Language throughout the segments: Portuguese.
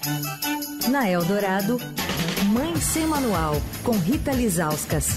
Na Eldorado, Mãe Sem Manual, com Rita Lizauskas.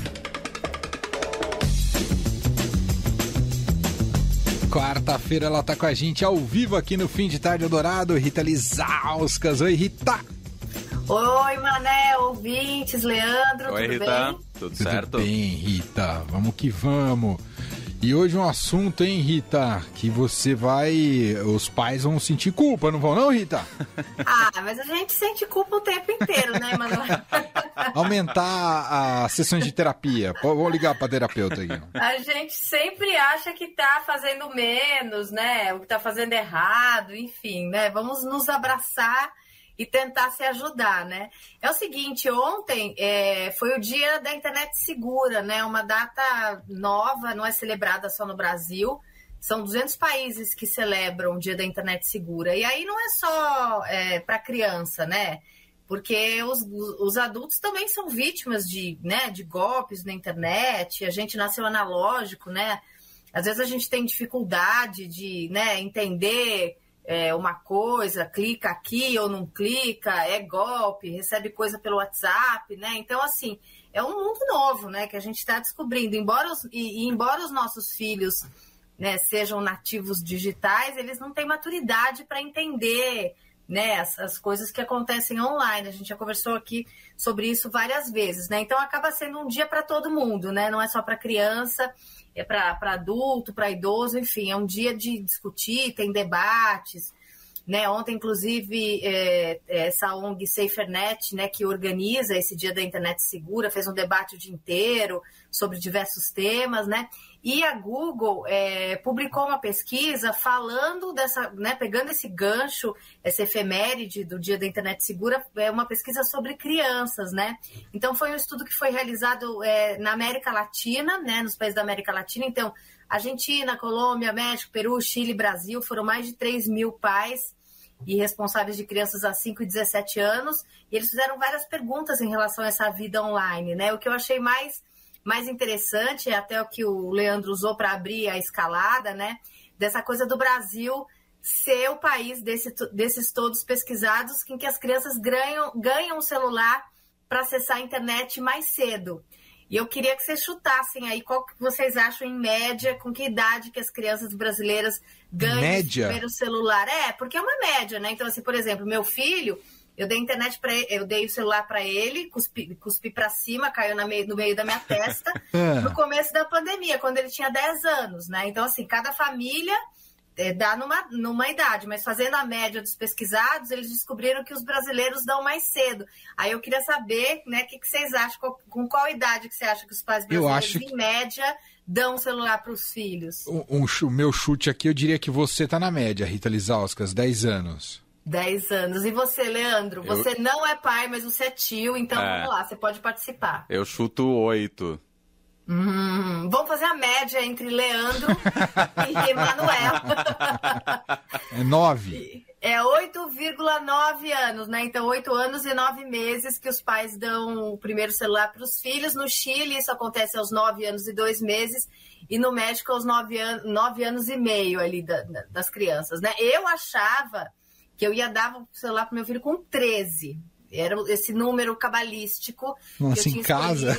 Quarta-feira ela tá com a gente ao vivo aqui no Fim de Tarde Eldorado, Rita Lizauskas. Oi, Rita! Oi, Mané, ouvintes, Leandro, Oi, tudo Rita. bem? Tudo certo? Tudo bem, Rita, vamos que vamos. E hoje um assunto, hein, Rita, que os pais vão sentir culpa, não vão não, Rita? Mas a gente sente culpa o tempo inteiro, né, Manuel? Aumentar as sessões de terapia. Vou ligar pra terapeuta aqui. A gente sempre acha que tá fazendo menos, né? O que tá fazendo errado, enfim, né? Vamos nos abraçar e tentar se ajudar, né? É o seguinte, ontem foi o dia da internet segura, né? Uma data nova, não é celebrada só no Brasil. São 200 países que celebram o dia da internet segura. E aí não é só para criança, né? Porque os adultos também são vítimas de golpes na internet. A gente nasceu analógico, né? Às vezes a gente tem dificuldade de entender uma coisa, clica aqui ou não clica, é golpe, recebe coisa pelo WhatsApp, né? Então, assim, é um mundo novo, né? Que a gente está descobrindo. Embora os nossos filhos, né, sejam nativos digitais, eles não têm maturidade para entender, né, as coisas que acontecem online. A gente já conversou aqui sobre isso várias vezes, né? Então acaba sendo um dia para todo mundo, né? Não é só para criança, é para adulto, para idoso, enfim, é um dia de discutir, tem debates, né? Ontem, inclusive, essa ONG SaferNet, né, que organiza esse dia da internet segura, fez um debate o dia inteiro sobre diversos temas, né? E a Google publicou uma pesquisa falando dessa, né, pegando esse gancho, essa efeméride do Dia da Internet Segura, uma pesquisa sobre crianças, né? Então, foi um estudo que foi realizado na América Latina, né, nos países da América Latina. Então, Argentina, Colômbia, México, Peru, Chile, Brasil, foram mais de 3 mil pais e responsáveis de crianças a 5 e 17 anos. E eles fizeram várias perguntas em relação a essa vida online, né? O que eu achei mais interessante, até o que o Leandro usou para abrir a escalada, né? Dessa coisa do Brasil ser o país desses todos pesquisados em que as crianças ganham um celular para acessar a internet mais cedo. E eu queria que vocês chutassem aí qual que vocês acham em média, com que idade que as crianças brasileiras ganham esse primeiro celular. Porque é uma média, né? Então, assim, por exemplo, meu filho, eu dei internet para ele, eu dei o celular para ele, cuspi para cima, caiu no meio da minha testa, no começo da pandemia, quando ele tinha 10 anos, né? Então, assim, cada família dá numa idade, mas fazendo a média dos pesquisados, eles descobriram que os brasileiros dão mais cedo. Aí eu queria saber, né, o que vocês acham, com qual idade que você acha que os pais brasileiros, em média, dão um celular para os filhos? O meu chute aqui, eu diria que você tá na média, Rita Lizauskas, 10 anos. 10 anos. E você, Leandro? Você não é pai, mas você é tio, então vamos lá, você pode participar. Eu chuto 8. Vamos fazer a média entre Leandro e Emanuel. É 9. É 8,9 anos, né? Então, 8 anos e 9 meses que os pais dão o primeiro celular para os filhos. No Chile, isso acontece aos 9 anos e 2 meses. E no México, aos 9 anos e meio ali das crianças, né? Eu achava que eu ia dar o celular para meu filho com 13. Era esse número cabalístico. Nossa, que eu tinha em casa?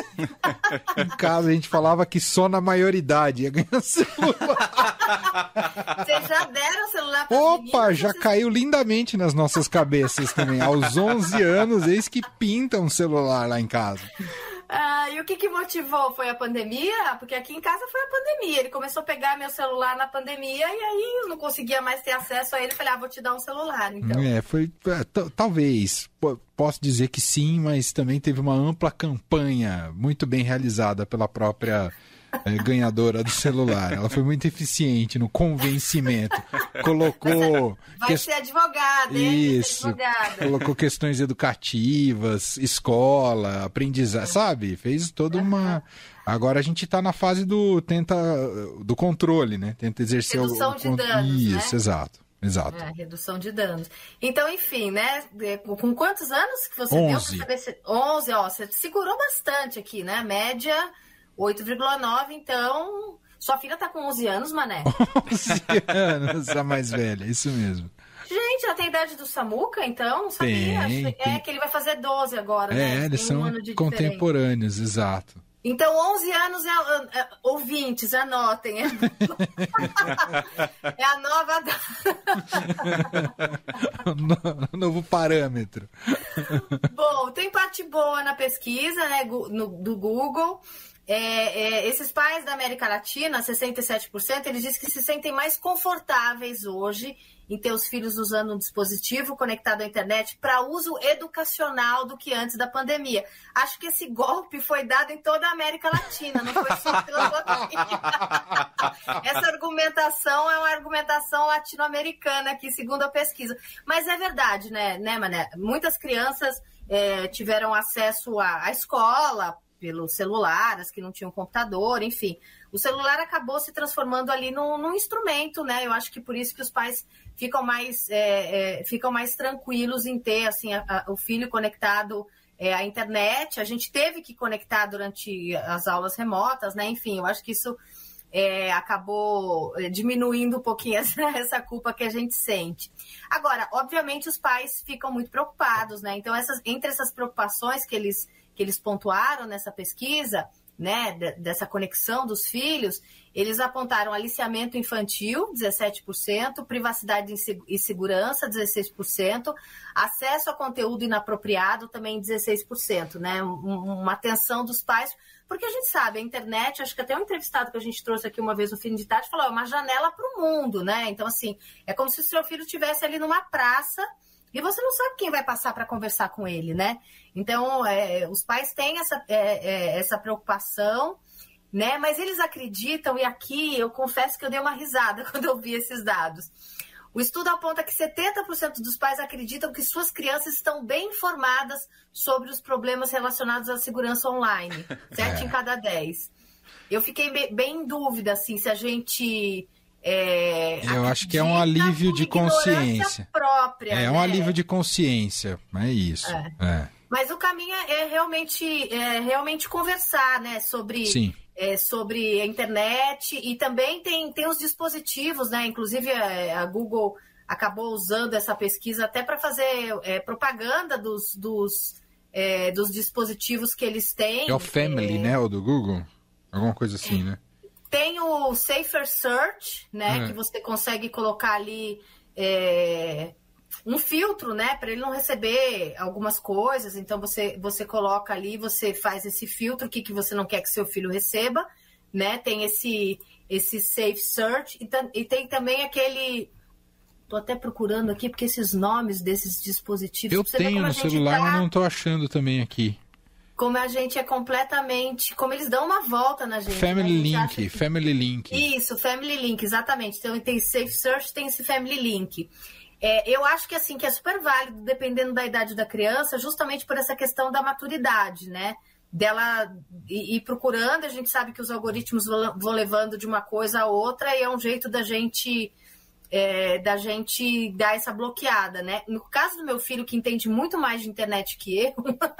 Em casa a gente falava que só na maioridade ia ganhar celular. Vocês já deram celular para Opa, já caiu lindamente nas nossas cabeças também. Aos 11 anos, eis que pinta um celular lá em casa. E o que motivou? Foi a pandemia? Porque aqui em casa foi a pandemia. Ele começou a pegar meu celular na pandemia e aí eu não conseguia mais ter acesso a ele. Falei, vou te dar um celular, então. Talvez. Posso dizer que sim, mas também teve uma ampla campanha muito bem realizada pela própria ganhadora do celular. Ela foi muito eficiente no convencimento. Colocou... Vai ser advogada, hein? Isso. Colocou questões educativas, escola, aprendizagem, sabe? Fez toda uma... Agora a gente está na fase do controle, né? Tenta exercer redução de danos, isso, né? Exato. Redução de danos. Então, enfim, né? Com quantos anos que você 11. deu? 11, você segurou bastante aqui, né? Média 8,9, então... Sua filha tá com 11 anos, Mané. 11 anos, a mais velha, isso mesmo. Gente, já tem idade do Samuca, então? Não sabia. Tem. É que ele vai fazer 12 agora, né? Eles são contemporâneos, exato. Então, 11 anos, ouvintes, anotem. É a nova... Novo parâmetro. Bom, tem parte boa na pesquisa, né, do Google. Esses pais da América Latina, 67%, eles dizem que se sentem mais confortáveis hoje em ter os filhos usando um dispositivo conectado à internet para uso educacional do que antes da pandemia. Acho que esse golpe foi dado em toda a América Latina, não foi só pela pandemia. Essa argumentação é uma argumentação latino-americana aqui, segundo a pesquisa. Mas é verdade, né, Mané? Muitas crianças tiveram acesso à escola pelo celular, as que não tinham computador, enfim. O celular acabou se transformando ali num instrumento, né? Eu acho que por isso que os pais ficam mais tranquilos em ter assim, o filho conectado à internet. A gente teve que conectar durante as aulas remotas, né? Enfim, eu acho que isso acabou diminuindo um pouquinho essa culpa que a gente sente. Agora, obviamente, os pais ficam muito preocupados, né? Então, entre essas preocupações que eles pontuaram nessa pesquisa, né, dessa conexão dos filhos, eles apontaram aliciamento infantil, 17%, privacidade e segurança, 16%, acesso a conteúdo inapropriado, também 16%, né, uma atenção dos pais, porque a gente sabe, a internet, acho que até um entrevistado que a gente trouxe aqui uma vez no Fim de Tarde, falou, é uma janela para o mundo, né, então assim, é como se o seu filho estivesse ali numa praça, e você não sabe quem vai passar para conversar com ele, né? Então, os pais têm essa preocupação, né? Mas eles acreditam, e aqui eu confesso que eu dei uma risada quando eu vi esses dados. O estudo aponta que 70% dos pais acreditam que suas crianças estão bem informadas sobre os problemas relacionados à segurança online. 7 em cada 10. Eu fiquei bem em dúvida, assim, se a gente... eu acho que é um alívio de consciência. Própria, um alívio de consciência, é isso. Mas o caminho é realmente conversar, né, sobre a internet, e também tem os dispositivos, né? Inclusive a Google acabou usando essa pesquisa até para fazer propaganda dos dispositivos que eles têm. É o Family, né, o do Google? Alguma coisa assim, né? Tem o Safer Search, né? Que você consegue colocar ali um filtro, né? Para ele não receber algumas coisas. Então, você coloca ali, você faz esse filtro, o que você não quer que seu filho receba, né? Tem esse Safe Search e tem também aquele... Tô até procurando aqui, porque esses nomes desses dispositivos... Eu tenho no celular, mas não tô achando também aqui. Como a gente é completamente... Como eles dão uma volta na gente. Family Link, Family Link. Isso, Family Link, exatamente. Então tem Safe Search, tem esse Family Link. Eu acho que assim, que é super válido, dependendo da idade da criança, justamente por essa questão da maturidade, né? Dela ir procurando, a gente sabe que os algoritmos vão levando de uma coisa a outra, e é um jeito da gente dar essa bloqueada, né? No caso do meu filho, que entende muito mais de internet que eu...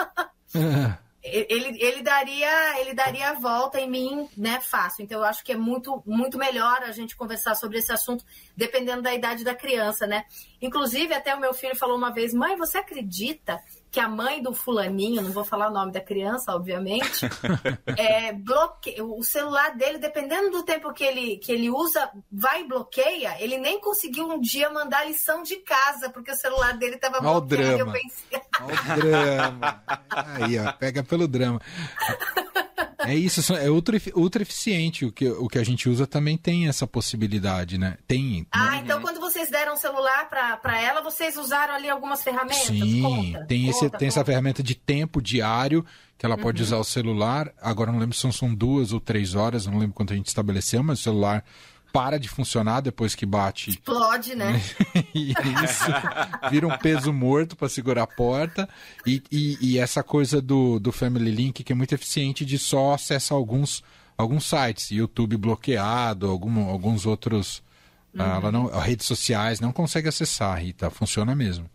Ele daria a volta em mim, né, fácil. Então eu acho que é muito, muito melhor a gente conversar sobre esse assunto dependendo da idade da criança, né? Inclusive, até o meu filho falou uma vez: mãe, você acredita que a mãe do fulaninho, não vou falar o nome da criança, obviamente, bloqueia o celular dele, dependendo do tempo que ele usa, vai e bloqueia. Ele nem conseguiu um dia mandar a lição de casa, porque o celular dele estava bloqueado. Eu pensei... Olha o drama. Aí, ó, pega pelo drama. É isso, é ultra eficiente. O que a gente usa também tem essa possibilidade, né? Então quando vocês deram o celular para ela, vocês usaram ali algumas ferramentas? Sim, tem essa ferramenta de tempo diário, que ela pode usar o celular. Agora não lembro se são 2 ou 3 horas, não lembro quanto a gente estabeleceu, mas o celular para de funcionar depois que bate. Explode, né? Isso. Vira um peso morto para segurar a porta. E essa coisa do Family Link, que é muito eficiente, de só acessar alguns sites. YouTube bloqueado, alguns outros... redes sociais não consegue acessar, Rita. Funciona mesmo.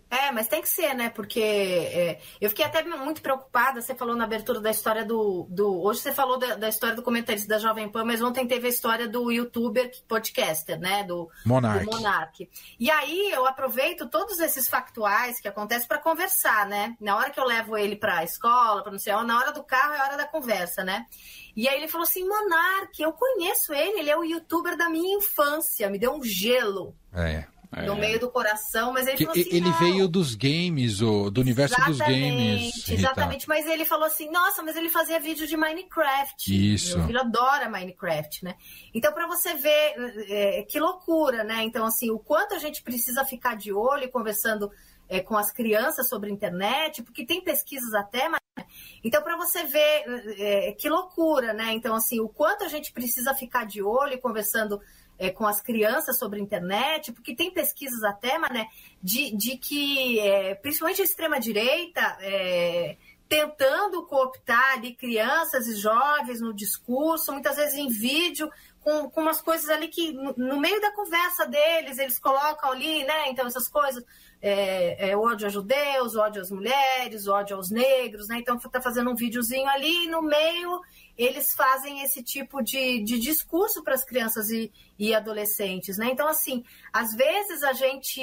Mas tem que ser, né? Porque eu fiquei até muito preocupada. Você falou na abertura da história do hoje você falou da história do comentarista da Jovem Pan, mas ontem teve a história do youtuber podcaster, né? Do Monark. E aí eu aproveito todos esses factuais que acontecem para conversar, né? Na hora que eu levo ele para a escola, para não sei onde, na hora do carro é a hora da conversa, né? E aí ele falou assim, Monark, eu conheço ele é o youtuber da minha infância, me deu um gelo. No meio do coração, mas ele falou assim... Ele veio dos games, do universo dos games. Exatamente, mas ele falou assim, nossa, mas ele fazia vídeo de Minecraft. Isso. Meu filho adora Minecraft, né? Então, para você ver que loucura, né? Então, assim, o quanto a gente precisa ficar de olho e conversando com as crianças sobre a internet, porque tem pesquisas até... Então, para você ver que loucura, né? Então, assim, o quanto a gente precisa ficar de olho e conversando... com as crianças sobre a internet, porque tem pesquisas até, né, de que, principalmente a extrema-direita, tentando cooptar ali crianças e jovens no discurso, muitas vezes em vídeo, com umas coisas ali que, no meio da conversa deles, eles colocam ali, né, então essas coisas, ódio aos judeus, ódio às mulheres, ódio aos negros, né, então tá fazendo um videozinho ali e no meio... eles fazem esse tipo de discurso para as crianças e adolescentes, né? Então, assim, às vezes a gente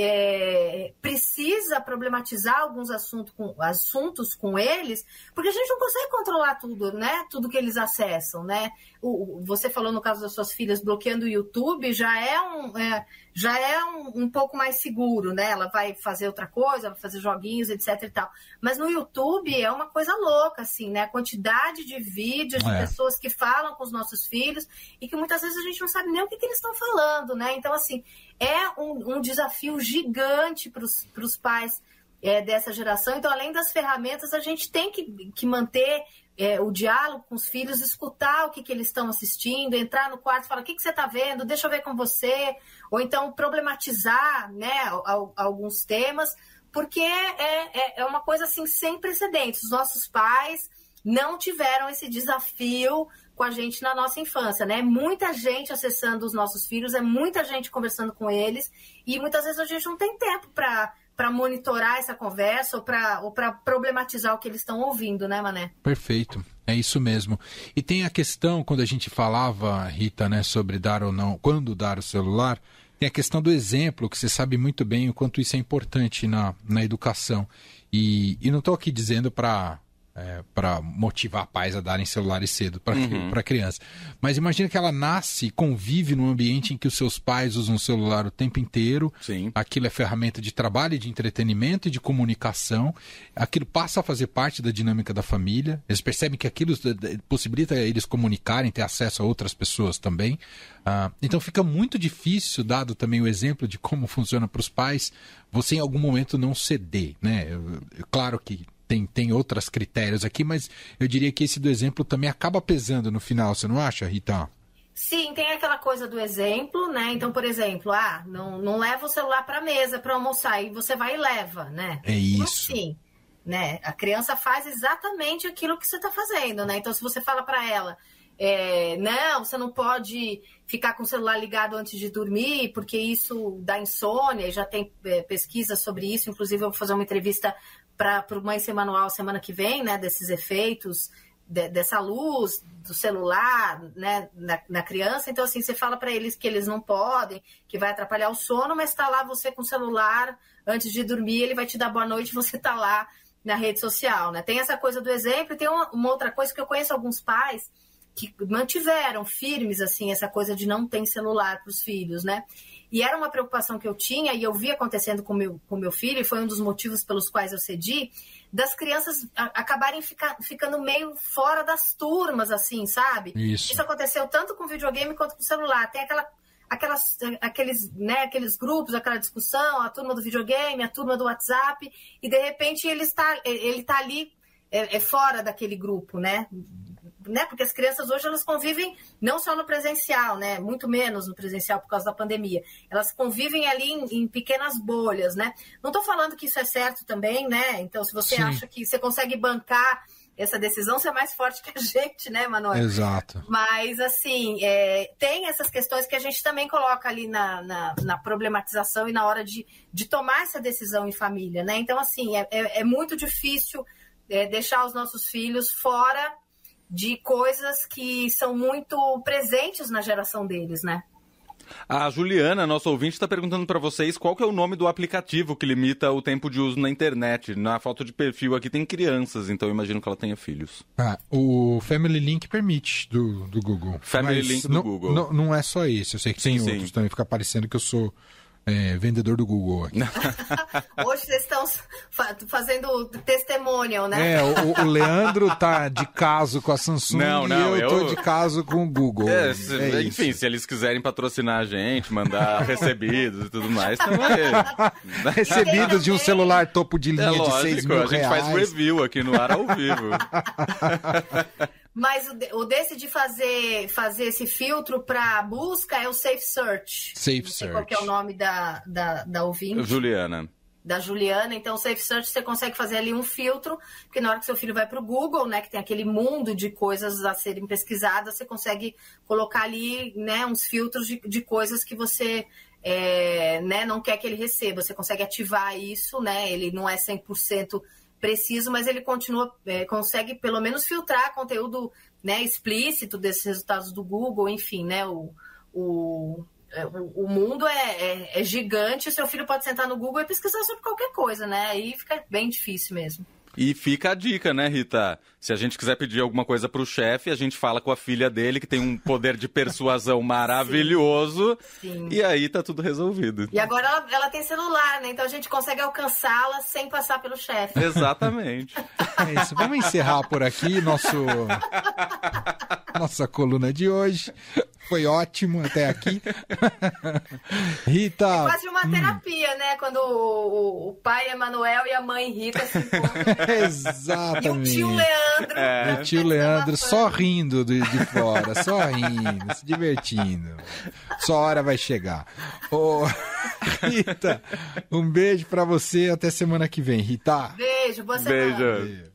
precisa problematizar alguns assuntos com eles, porque a gente não consegue controlar tudo, né? Tudo que eles acessam, né? Você falou no caso das suas filhas bloqueando o YouTube, já é um pouco mais seguro, né? Ela vai fazer outra coisa, vai fazer joguinhos, etc e tal. Mas no YouTube é uma coisa louca, assim, né? A quantidade de vídeos de pessoas que falam com os nossos filhos e que muitas vezes a gente não sabe nem o que eles estão falando, né? Então, assim, é um desafio gigante para os pais dessa geração. Então, além das ferramentas, a gente tem que manter o diálogo com os filhos, escutar o que eles estão assistindo, entrar no quarto e falar, o que você está vendo? Deixa eu ver com você. Ou então problematizar, né, alguns temas, porque é uma coisa assim sem precedentes. Os nossos pais não tiveram esse desafio com a gente na nossa infância, né? Muita gente acessando os nossos filhos, muita gente conversando com eles, e muitas vezes a gente não tem tempo para monitorar essa conversa ou para problematizar o que eles estão ouvindo, né, Mané? Perfeito, é isso mesmo. E tem a questão, quando a gente falava, Rita, né, sobre dar ou não, quando dar o celular, tem a questão do exemplo, que você sabe muito bem o quanto isso é importante na educação. E não estou aqui dizendo para motivar pais a darem celulares cedo para criança. Mas imagina que ela nasce e convive num ambiente em que os seus pais usam o celular o tempo inteiro. Sim. Aquilo é ferramenta de trabalho, de entretenimento e de comunicação. Aquilo passa a fazer parte da dinâmica da família. Eles percebem que aquilo possibilita eles comunicarem, ter acesso a outras pessoas também. Então fica muito difícil, dado também o exemplo de como funciona para os pais, você em algum momento não ceder, né? Claro que tem outros critérios aqui, mas eu diria que esse do exemplo também acaba pesando no final, você não acha, Rita? Sim, tem aquela coisa do exemplo, né? Então, por exemplo, não leva o celular para a mesa para almoçar, e você vai e leva, né? É isso. Assim, né? A criança faz exatamente aquilo que você está fazendo, né? Então, se você fala para ela, não, você não pode ficar com o celular ligado antes de dormir, porque isso dá insônia, e já tem pesquisa sobre isso, inclusive eu vou fazer uma entrevista para o Mãe Sem Manual semana que vem, né, desses efeitos, dessa luz do celular, né, na criança. Então, assim, você fala para eles que eles não podem, que vai atrapalhar o sono, mas está lá você com o celular antes de dormir, ele vai te dar boa noite e você está lá na rede social, né? Tem essa coisa do exemplo, e tem uma outra coisa que eu conheço alguns pais que mantiveram firmes, assim, essa coisa de não ter celular para os filhos, né? E era uma preocupação que eu tinha, e eu vi acontecendo com meu filho, e foi um dos motivos pelos quais eu cedi, das crianças acabarem ficando meio fora das turmas, assim, sabe? Isso aconteceu tanto com videogame quanto com celular. Tem aqueles grupos, aquela discussão, a turma do videogame, a turma do WhatsApp, e de repente ele tá ali fora daquele grupo, né? Porque as crianças hoje elas convivem não só no presencial, né? Muito menos no presencial por causa da pandemia. Elas convivem ali em pequenas bolhas, né? Não estou falando que isso é certo também, né? Então, se você acha que você consegue bancar essa decisão ser mais forte que a gente, né, Manuel? Exato. Mas, assim, tem essas questões que a gente também coloca ali na problematização e na hora de tomar essa decisão em família, né? Então, assim, é muito difícil deixar os nossos filhos fora de coisas que são muito presentes na geração deles, né? A Juliana, nossa ouvinte, está perguntando para vocês qual que é o nome do aplicativo que limita o tempo de uso na internet. Na foto de perfil aqui tem crianças, então eu imagino que ela tenha filhos. O Family Link permite do Google. Family Link do Google. Não é só esse, eu sei que tem outros também. Fica parecendo que eu sou vendedor do Google aqui. Hoje vocês estão fazendo testimonial, né? O Leandro tá de caso com a Samsung e eu tô de caso com o Google. Enfim, se eles quiserem patrocinar a gente, mandar recebidos e tudo mais, então aí. Recebidos de um celular topo de linha de 6 mil reais. A gente faz review aqui no ar ao vivo. Mas o desse de fazer esse filtro para busca é o Safe Search. Safe Search. Qual que é o nome da ouvinte? Juliana. Da Juliana. Então, o Safe Search você consegue fazer ali um filtro, porque na hora que seu filho vai para o Google, né, que tem aquele mundo de coisas a serem pesquisadas, você consegue colocar ali, né, uns filtros de coisas que você né, não quer que ele receba. Você consegue ativar isso, né? Ele não é 100% preciso, mas ele consegue pelo menos filtrar conteúdo, né, explícito desses resultados do Google, enfim, né, o mundo é gigante, seu filho pode sentar no Google e pesquisar sobre qualquer coisa, né, aí fica bem difícil mesmo. E fica a dica, né, Rita? Se a gente quiser pedir alguma coisa pro chefe, a gente fala com a filha dele, que tem um poder de persuasão maravilhoso. Sim. E aí tá tudo resolvido. E agora ela tem celular, né? Então a gente consegue alcançá-la sem passar pelo chefe. Exatamente. É isso. Vamos encerrar por aqui nossa coluna de hoje. Foi ótimo até aqui. Rita... É quase uma terapia, né? Quando o pai Emanuel e a mãe Rita se encontram. Exatamente. E o tio Leandro. O tio Leandro só rindo de fora, só rindo, se divertindo. Sua hora vai chegar. Rita, um beijo pra você. Até semana que vem, Rita. Beijo, boa semana. Beijo.